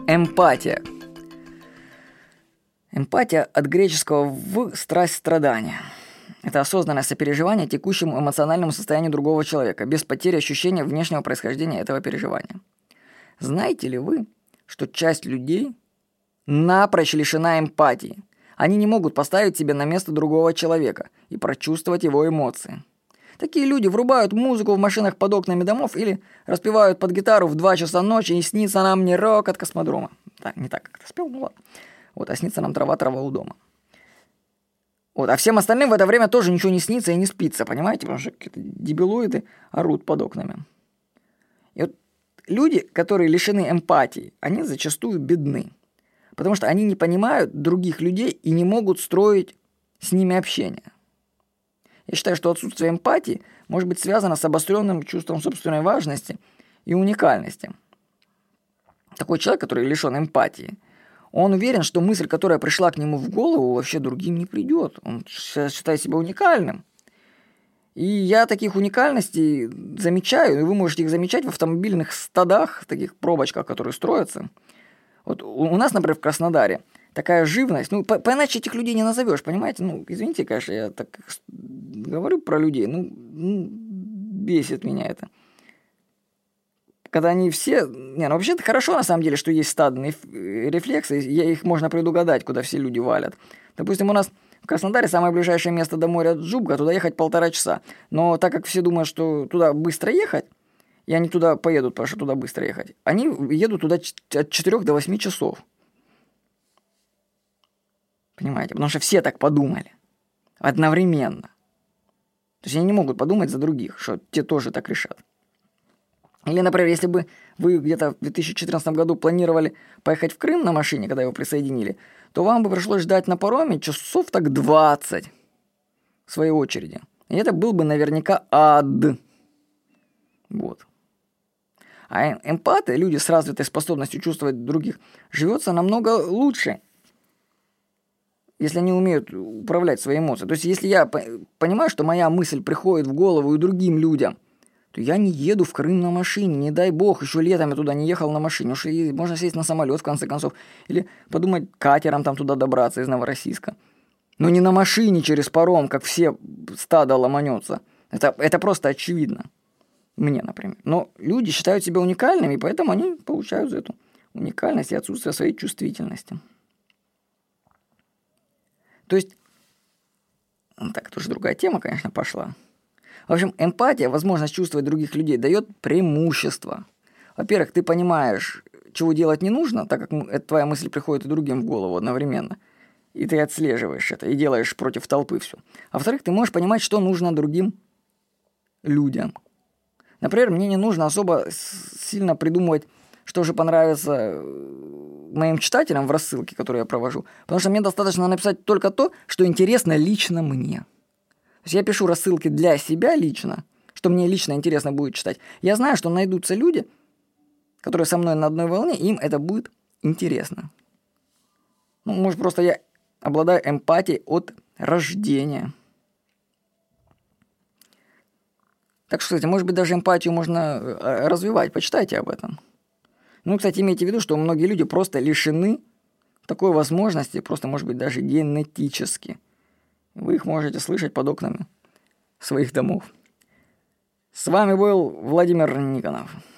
Эмпатия. Эмпатия от греческого «в» – страсть страдания. Это осознанное сопереживание текущему эмоциональному состоянию другого человека, без потери ощущения внешнего происхождения этого переживания. Знаете ли вы, что часть людей напрочь лишена эмпатии? Они не могут поставить себя на место другого человека и прочувствовать его эмоции. Такие люди врубают музыку в машинах под окнами домов или распевают под гитару в 2 часа ночи, и снится нам не рок от космодрома. Так, не так как-то спел, ну ладно. А снится нам трава у дома. А всем остальным в это время тоже ничего не снится и не спится, понимаете? Потому что какие-то дебилоиды орут под окнами. И люди, которые лишены эмпатии, они зачастую бедны. Потому что они не понимают других людей и не могут строить с ними общение. Я считаю, что отсутствие эмпатии может быть связано с обостренным чувством собственной важности и уникальности. Такой человек, который лишен эмпатии, он уверен, что мысль, которая пришла к нему в голову, вообще другим не придет. Он считает себя уникальным. И я таких уникальностей замечаю, и вы можете их замечать в автомобильных стадах, таких пробочках, которые строятся. У нас, например, в Краснодаре такая живность, поиначе этих людей не назовешь, понимаете? Извините, конечно, я так говорю про людей, бесит меня это. Когда они все... вообще-то хорошо, на самом деле, что есть стадные рефлексы, их можно предугадать, куда все люди валят. Допустим, у нас в Краснодаре самое ближайшее место до моря Джубга, туда ехать 1,5 часа. Но так как все думают, что туда быстро ехать, и они туда поедут, потому что туда быстро ехать, они едут туда от 4 до 8 часов. Понимаете? Потому что все так подумали. Одновременно. То есть они не могут подумать за других, что те тоже так решат. Или, например, если бы вы где-то в 2014 году планировали поехать в Крым на машине, когда его присоединили, то вам бы пришлось ждать на пароме часов так 20 в своей очереди. И это был бы наверняка ад. А эмпаты, люди с развитой способностью чувствовать других, живется намного лучше, если они умеют управлять своими эмоциями. То есть, если я понимаю, что моя мысль приходит в голову и другим людям, то я не еду в Крым на машине, не дай бог, еще летом я туда не ехал на машине, уж можно сесть на самолет, в конце концов, или подумать катером там туда добраться из Новороссийска. Но не на машине через паром, как все стадо ломанется. Это просто очевидно. Мне, например. Но люди считают себя уникальными, и поэтому они получают за эту уникальность и отсутствие своей чувствительности. То есть, это уже другая тема, конечно, пошла. В общем, эмпатия, возможность чувствовать других людей, дает преимущество. Во-первых, ты понимаешь, чего делать не нужно, так как твоя мысль приходит и другим в голову одновременно. И ты отслеживаешь это, и делаешь против толпы все. А во-вторых, ты можешь понимать, что нужно другим людям. Например, мне не нужно особо сильно придумывать, что же понравится моим читателям в рассылке, которую я провожу. Потому что мне достаточно написать только то, что интересно лично мне. То есть я пишу рассылки для себя лично, что мне лично интересно будет читать. Я знаю, что найдутся люди, которые со мной на одной волне, и им это будет интересно. Может, просто я обладаю эмпатией от рождения. Так что, кстати, может быть, даже эмпатию можно развивать. Почитайте об этом. Кстати, имейте в виду, что многие люди просто лишены такой возможности, просто, может быть, даже генетически. Вы их можете слышать под окнами своих домов. С вами был Владимир Никонов.